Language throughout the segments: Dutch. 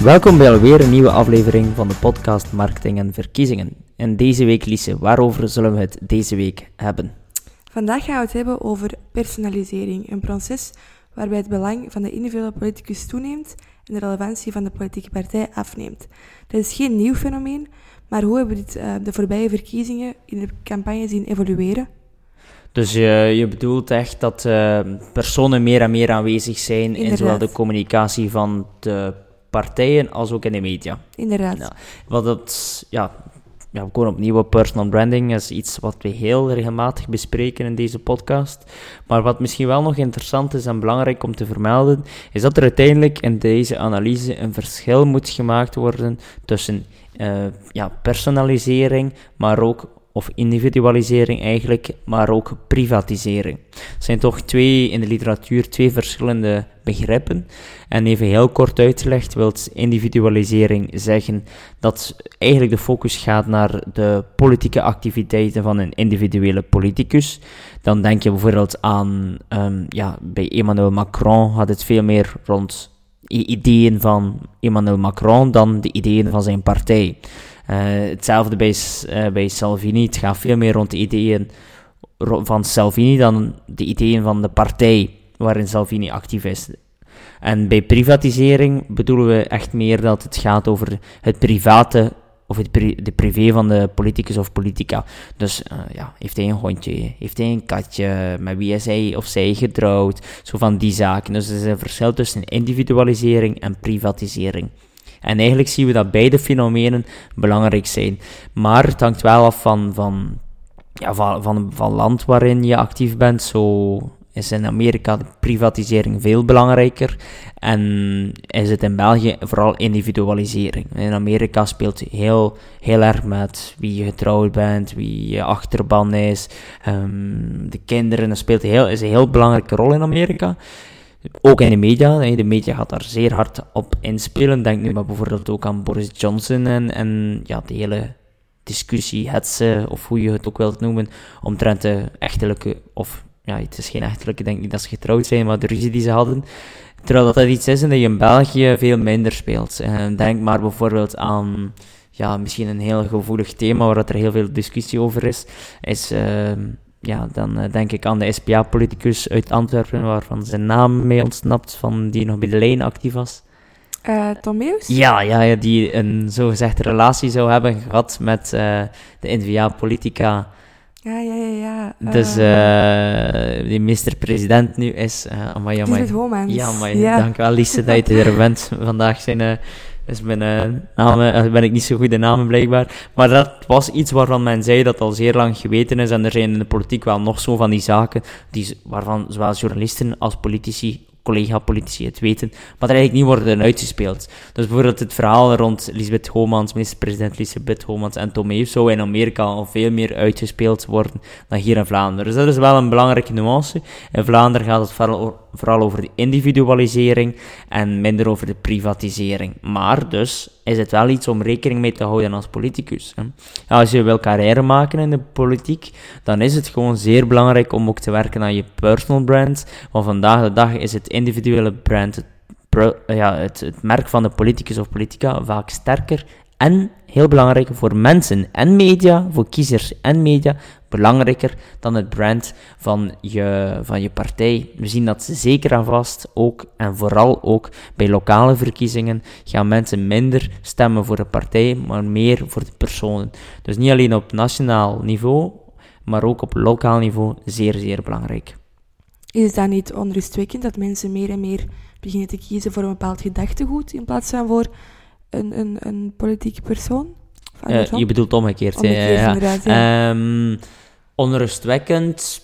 Welkom bij alweer een nieuwe aflevering van de podcast Marketing en Verkiezingen. En deze week, Lise, waarover zullen we het deze week hebben? Vandaag gaan we het hebben over personalisering, een proces waarbij het belang van de individuele politicus toeneemt en de relevantie van de politieke partij afneemt. Dat is geen nieuw fenomeen, maar hoe hebben we dit de voorbije verkiezingen in de campagne zien evolueren? Dus je bedoelt echt dat personen meer en meer aanwezig zijn Inderdaad. in zowel de communicatie van de partijen als ook in de media. Inderdaad. Ja, wat dat, we komen opnieuw op personal branding. Dat is iets wat we heel regelmatig bespreken in deze podcast. Maar wat misschien wel nog interessant is en belangrijk om te vermelden, is dat er uiteindelijk in deze analyse een verschil moet gemaakt worden tussen personalisering, maar ook, of individualisering eigenlijk, maar ook privatisering. Het zijn toch in de literatuur twee verschillende begrippen. En even heel kort uitgelegd wil individualisering zeggen dat eigenlijk de focus gaat naar de politieke activiteiten van een individuele politicus. Dan denk je bijvoorbeeld aan, bij Emmanuel Macron had het veel meer rond ideeën van Emmanuel Macron dan de ideeën van zijn partij. Hetzelfde bij Salvini. Het gaat veel meer rond de ideeën van Salvini dan de ideeën van de partij waarin Salvini actief is. En bij privatisering bedoelen we echt meer dat het gaat over het private of de privé van de politicus of politica. Dus heeft hij een hondje, heeft hij een katje, met wie is hij of zij getrouwd, zo van die zaken. Dus er is een verschil tussen individualisering en privatisering. En eigenlijk zien we dat beide fenomenen belangrijk zijn. Maar het hangt wel af van land waarin je actief bent. Zo is in Amerika de privatisering veel belangrijker. En is het in België vooral individualisering. In Amerika speelt heel erg met wie je getrouwd bent, wie je achterban is. De kinderen, dat is een heel belangrijke rol in Amerika. Ook in de media. De media gaat daar zeer hard op inspelen. Denk nu maar bijvoorbeeld ook aan Boris Johnson en de hele discussie, hetze, of hoe je het ook wilt noemen, omtrent de echtelijke, of het is geen echtelijke, ik denk niet dat ze getrouwd zijn, maar de ruzie die ze hadden. Terwijl dat iets is dat je in België veel minder speelt. Denk maar bijvoorbeeld aan, misschien een heel gevoelig thema waar er heel veel discussie over is dan denk ik aan de SPA-politicus uit Antwerpen, waarvan zijn naam mee ontsnapt, die nog bij de lijn actief was. Tom Meeuws? Ja, die een zogezegde relatie zou hebben gehad met de N-VA-politica. Ja. Dus die minister-president nu is... Lisbeth Homans. Ja, dank wel, Lise, dat je er bent. Vandaag is mijn namen, ben ik niet zo goed in namen blijkbaar. Maar dat was iets waarvan men zei dat al zeer lang geweten is. En er zijn in de politiek wel nog zo van die zaken, waarvan zowel journalisten als politici, collega-politici het weten, maar er eigenlijk niet worden uitgespeeld. Dus bijvoorbeeld het verhaal rond Lisbeth Homans, minister-president Lisbeth Homans en Tom Meeuws zou in Amerika al veel meer uitgespeeld worden dan hier in Vlaanderen. Dus dat is wel een belangrijke nuance. In Vlaanderen gaat het vooral over de individualisering en minder over de privatisering. Maar dus is het wel iets om rekening mee te houden als politicus. Als je wil carrière maken in de politiek, dan is het gewoon zeer belangrijk om ook te werken aan je personal brand. Want vandaag de dag is het individuele brand, het merk van de politicus of politica, vaak sterker en heel belangrijk voor mensen en media, voor kiezers en media, belangrijker dan het brand van je partij. We zien dat zeker en vast ook, en vooral ook bij lokale verkiezingen, gaan mensen minder stemmen voor de partij, maar meer voor de personen. Dus niet alleen op nationaal niveau, maar ook op lokaal niveau, zeer, zeer belangrijk. Is het dan niet onrustwekkend dat mensen meer en meer beginnen te kiezen voor een bepaald gedachtegoed in plaats van voor een politieke persoon? Je bedoelt omgekeerd. Inderdaad, ja. Onrustwekkend.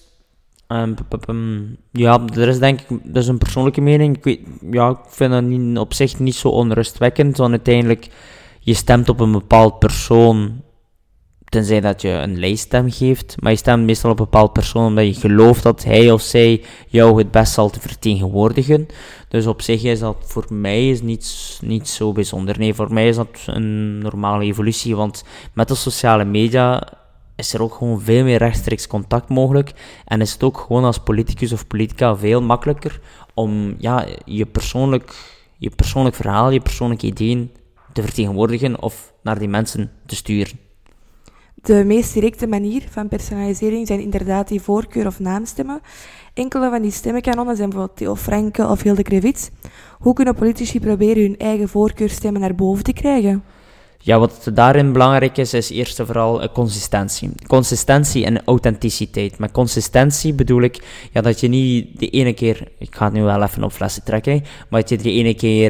Er is denk ik, dat is een persoonlijke mening. Ik vind dat op zich niet zo onrustwekkend, want uiteindelijk, je stemt op een bepaald persoon, tenzij dat je een lijststem geeft, maar je stemt meestal op een bepaald persoon omdat je gelooft dat hij of zij jou het best zal te vertegenwoordigen. Dus op zich is dat voor mij niet zo bijzonder. Nee, voor mij is dat een normale evolutie, want met de sociale media is er ook gewoon veel meer rechtstreeks contact mogelijk en is het ook gewoon als politicus of politica veel makkelijker om je persoonlijk je persoonlijk verhaal, je persoonlijke ideeën te vertegenwoordigen of naar die mensen te sturen. De meest directe manier van personalisering zijn inderdaad die voorkeur- of naamstemmen. Enkele van die stemmenkanonnen zijn bijvoorbeeld Theo Franke of Hilde Krevits. Hoe kunnen politici proberen hun eigen voorkeurstemmen naar boven te krijgen? Ja, wat daarin belangrijk is eerst en vooral consistentie. Consistentie en authenticiteit. Met consistentie bedoel ik dat je niet de ene keer, ik ga het nu wel even op flessen trekken, maar dat je de ene keer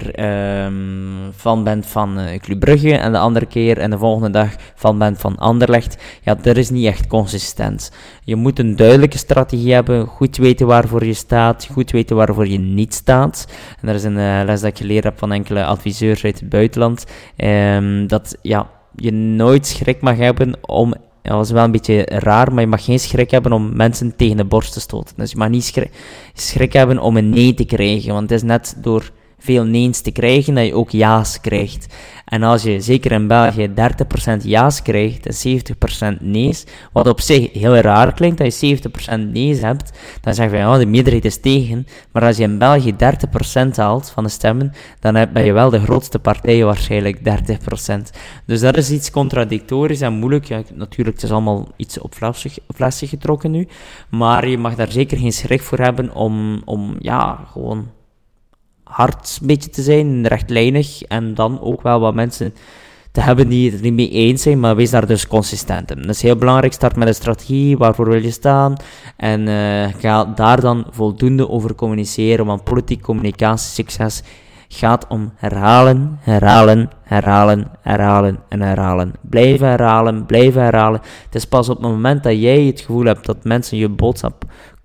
fan bent van Club Brugge en de andere keer en de volgende dag fan bent van Anderlecht. Ja, dat is niet echt consistent. Je moet een duidelijke strategie hebben, goed weten waarvoor je staat, goed weten waarvoor je niet staat. En dat is een les dat ik geleerd heb van enkele adviseurs uit het buitenland. Dat je nooit schrik mag hebben om, dat is wel een beetje raar, maar je mag geen schrik hebben om mensen tegen de borst te stoten. Dus je mag niet schrik hebben om een nee te krijgen, want het is net door veel neens te krijgen dat je ook ja's krijgt. En als je, zeker in België, 30% ja's krijgt en 70% nee's, wat op zich heel raar klinkt, dat je 70% ne's hebt, dan zeg je de meerderheid is tegen. Maar als je in België 30% haalt van de stemmen, dan ben je wel de grootste partij waarschijnlijk 30%. Dus dat is iets contradictorisch en moeilijk. Ja, natuurlijk, het is allemaal iets op flessen getrokken nu, maar je mag daar zeker geen schrik voor hebben om gewoon hard een beetje te zijn, rechtlijnig, en dan ook wel wat mensen te hebben die het er niet mee eens zijn, maar wees daar dus consistent in. Dat is heel belangrijk, start met een strategie, waarvoor wil je staan, en ga daar dan voldoende over communiceren, want politiek communicatiesucces gaat om herhalen, herhalen, herhalen, herhalen en herhalen. Blijven herhalen, blijven herhalen. Het is pas op het moment dat jij het gevoel hebt dat mensen je boodschap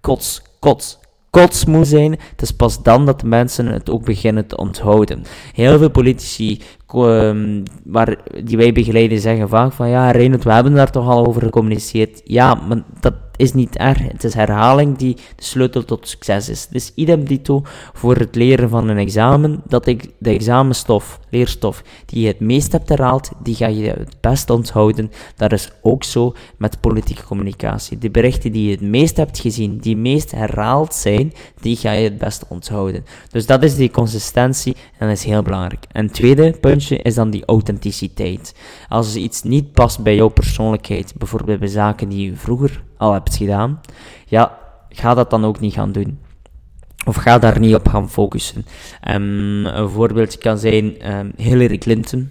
kotsmoe zijn, het is pas dan dat de mensen het ook beginnen te onthouden. Heel veel politici die wij begeleiden zeggen vaak van Reinhold, we hebben daar toch al over gecommuniceerd. Ja, maar dat is niet erg. Het is herhaling die de sleutel tot succes is. Dus idem dito voor het leren van een examen, dat ik de examenstof, leerstof, die je het meest hebt herhaald, die ga je het best onthouden. Dat is ook zo met politieke communicatie. De berichten die je het meest hebt gezien, die meest herhaald zijn, die ga je het best onthouden. Dus dat is die consistentie en dat is heel belangrijk. En het tweede puntje is dan die authenticiteit. Als iets niet past bij jouw persoonlijkheid, bijvoorbeeld bij zaken die je vroeger al hebt gedaan, ga dat dan ook niet gaan doen. Of ga daar niet op gaan focussen. Een voorbeeldje kan zijn Hillary Clinton.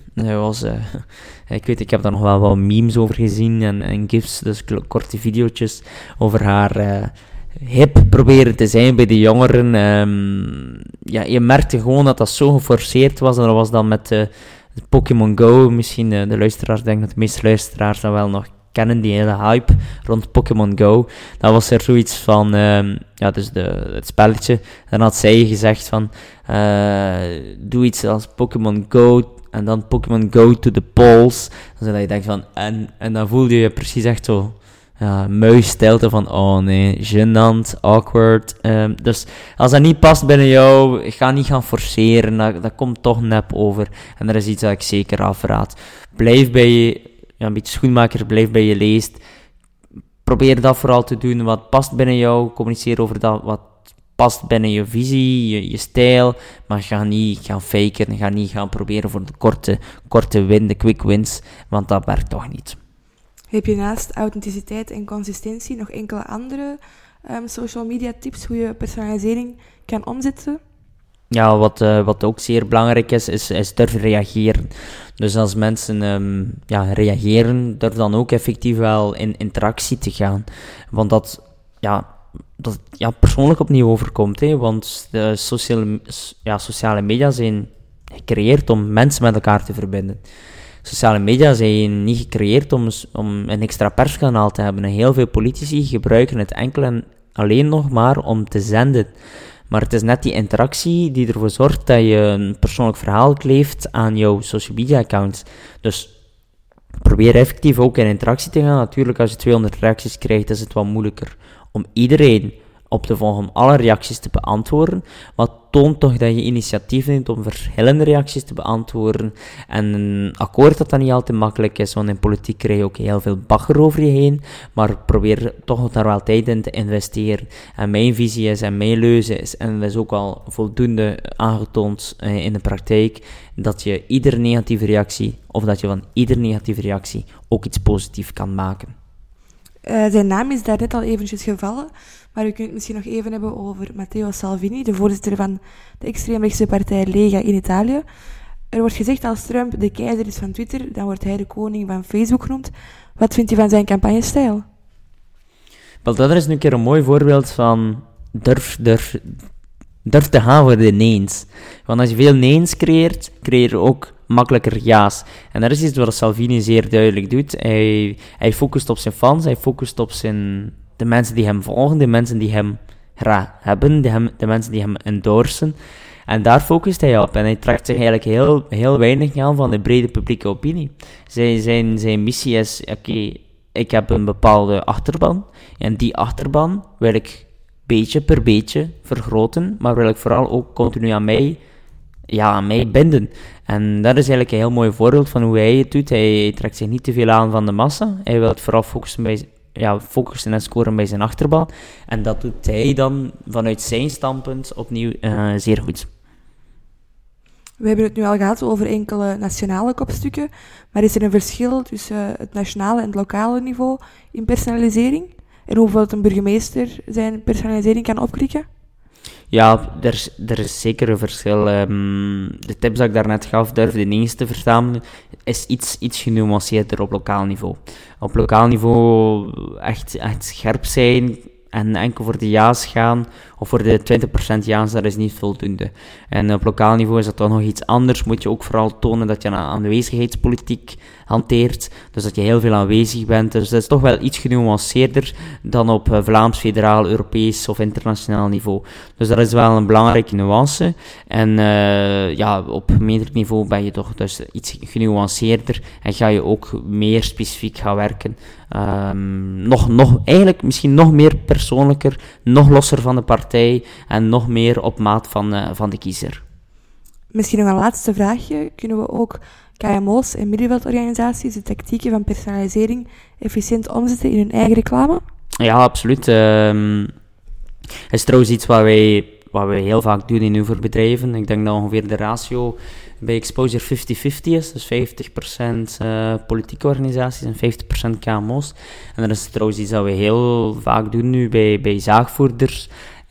Ik heb daar nog wel wat memes over gezien en gifs, dus korte video's over haar hip proberen te zijn bij de jongeren. Je merkte gewoon dat zo geforceerd was. En dat was dan met de Pokémon Go. Misschien de luisteraars, denk dat de meeste luisteraars dat wel nog kennen, die hele hype rond Pokémon Go. Dan was er zoiets van, dus het spelletje. Dan had zij gezegd van, doe iets als Pokémon Go, en dan Pokémon Go to the polls. Dan zou je denken van, en dan voelde je precies echt zo, muisstilte van, oh nee, gênant, awkward. Dus als dat niet past binnen jou, ga niet gaan forceren, dat komt toch nep over. En dat is iets dat ik zeker afraad. Blijf bij je, een beetje schoenmaker, blijf bij je leest. Probeer dat vooral te doen wat past binnen jou. Communiceer over dat wat past binnen je visie, je stijl. Maar ga niet gaan faken, ga niet gaan proberen voor de korte win, de quick wins. Want dat werkt toch niet. Heb je naast authenticiteit en consistentie nog enkele andere social media tips hoe je personalisering kan omzetten? Ja, wat ook zeer belangrijk is durven reageren. Dus als mensen reageren, durf dan ook effectief wel in interactie te gaan. Want dat persoonlijk opnieuw overkomt. Want de sociale media zijn gecreëerd om mensen met elkaar te verbinden. Sociale media zijn niet gecreëerd om een extra perskanaal te hebben. En heel veel politici gebruiken het enkel en alleen nog maar om te zenden. Maar het is net die interactie die ervoor zorgt dat je een persoonlijk verhaal kleeft aan jouw social media account. Dus probeer effectief ook in interactie te gaan. Natuurlijk, als je 200 reacties krijgt, is het wat moeilijker om iedereen op te volgen om alle reacties te beantwoorden, maar toont toch dat je initiatief neemt om verschillende reacties te beantwoorden. En een akkoord dat niet altijd makkelijk is, want in politiek krijg je ook heel veel bagger over je heen, maar probeer toch daar wel tijd in te investeren. En mijn visie is, en mijn leuze is, en dat is ook al voldoende aangetoond in de praktijk, dat je iedere negatieve reactie, of dat je van iedere negatieve reactie ook iets positiefs kan maken. Zijn naam is daar net al eventjes gevallen, maar u kunt het misschien nog even hebben over Matteo Salvini, de voorzitter van de extreemrechtse partij Lega in Italië. Er wordt gezegd als Trump de keizer is van Twitter, dan wordt hij de koning van Facebook genoemd. Wat vindt u van zijn campagnestijl? Wel, dat is nu een keer een mooi voorbeeld van durf te gaan voor de neens. Want als je veel neens creëert, creëer je ook makkelijker ja's. En dat is iets wat Salvini zeer duidelijk doet. Hij focust op zijn fans, hij focust op de mensen die hem volgen, de mensen die hem graag hebben, de mensen die hem endorsen. En daar focust hij op. En hij trekt zich eigenlijk heel weinig aan van de brede publieke opinie. Zijn missie is, oké, ik heb een bepaalde achterban. En die achterban wil ik beetje per beetje vergroten, maar wil ik vooral ook continu aan mij binden. En dat is eigenlijk een heel mooi voorbeeld van hoe hij het doet. Hij trekt zich niet te veel aan van de massa. Hij wil het vooral focussen en scoren bij zijn achterban. En dat doet hij dan vanuit zijn standpunt opnieuw zeer goed. We hebben het nu al gehad over enkele nationale kopstukken, maar is er een verschil tussen het nationale en het lokale niveau in personalisering? En hoeveel een burgemeester zijn personalisering kan opklikken? Ja, er is zeker een verschil. De tips dat ik daarnet gaf, durf de ineens te verzamelen, is iets genuanceerder op lokaal niveau. Op lokaal niveau echt scherp zijn en enkel voor de ja's gaan, of voor de 20% ja's, dat is niet voldoende. En op lokaal niveau is dat toch nog iets anders. Moet je ook vooral tonen dat je een aanwezigheidspolitiek hanteert, dus dat je heel veel aanwezig bent. Dus dat is toch wel iets genuanceerder dan op Vlaams, federaal, Europees of internationaal niveau. Dus dat is wel een belangrijke nuance. En op meerdere niveau ben je toch dus iets genuanceerder en ga je ook meer specifiek gaan werken. Eigenlijk misschien nog meer persoonlijker, nog losser van de partij en nog meer op maat van de kiezer. Misschien nog een laatste vraagje. Kunnen we ook KMO's en middenveldorganisaties de tactieken van personalisering efficiënt omzetten in hun eigen reclame? Ja, absoluut. Het is trouwens iets wat wij heel vaak doen in voor bedrijven. Ik denk dat ongeveer de ratio bij exposure 50-50 is. Dus 50% politieke organisaties en 50% KMO's. En dat is trouwens iets dat we heel vaak doen nu bij zaagvoerders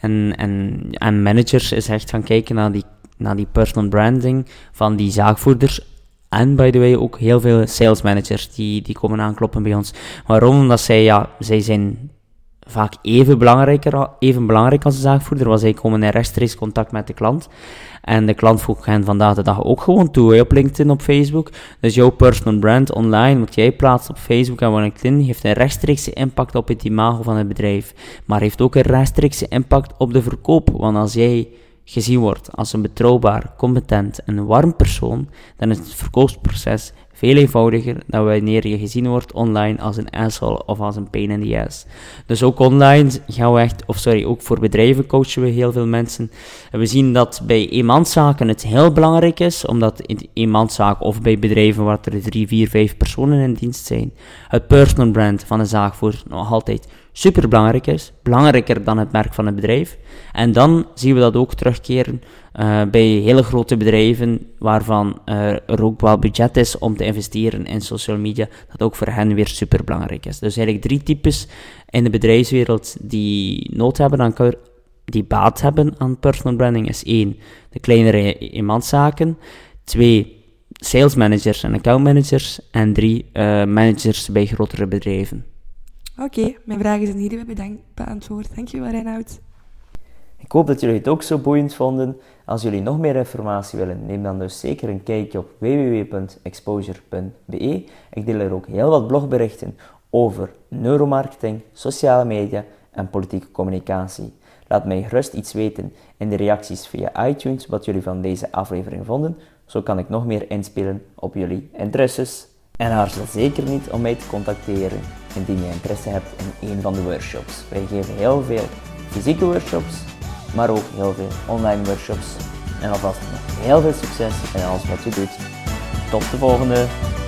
en managers. Is echt gaan kijken naar die personal branding van die zaagvoerders. En, by the way, ook heel veel sales managers die komen aankloppen bij ons. Waarom? Omdat zij zijn vaak even belangrijk als de zaagvoerder, want zij komen in rechtstreeks contact met de klant. En de klant voegt hen vandaag de dag ook gewoon toe, op LinkedIn, op Facebook. Dus jouw personal brand online, wat jij plaatst op Facebook en op LinkedIn, heeft een rechtstreekse impact op het imago van het bedrijf. Maar heeft ook een rechtstreekse impact op de verkoop. Want als jij gezien wordt als een betrouwbaar, competent en warm persoon, dan is het verkoopsproces veel eenvoudiger dan wanneer je gezien wordt online als een asshole of als een pain in the ass. Dus ook online gaan we ook voor bedrijven coachen we heel veel mensen. En we zien dat bij eenmanszaken het heel belangrijk is, omdat in eenmanszaken of bij bedrijven waar er 3, 4, 5 personen in dienst zijn, het personal brand van een zaagvoerder nog altijd super belangrijk is, belangrijker dan het merk van het bedrijf. En dan zien we dat ook terugkeren bij hele grote bedrijven, waarvan er ook wel budget is om te investeren in social media, dat ook voor hen weer super belangrijk is. Dus eigenlijk 3 types in de bedrijfswereld die die baat hebben aan personal branding is 1, de kleinere eenmanszaken, 2, sales managers en account managers, en 3, managers bij grotere bedrijven. Oké, mijn vragen zijn hierbij beantwoord. Dankjewel, Reinoud. Ik hoop dat jullie het ook zo boeiend vonden. Als jullie nog meer informatie willen, neem dan dus zeker een kijkje op www.exposure.be. Ik deel er ook heel wat blogberichten over neuromarketing, sociale media en politieke communicatie. Laat mij gerust iets weten in de reacties via iTunes wat jullie van deze aflevering vonden. Zo kan ik nog meer inspelen op jullie interesses. En aarzel zeker niet om mij te contacteren indien je interesse hebt in een van de workshops. Wij geven heel veel fysieke workshops, maar ook heel veel online workshops. En alvast nog heel veel succes in alles wat je doet. Tot de volgende!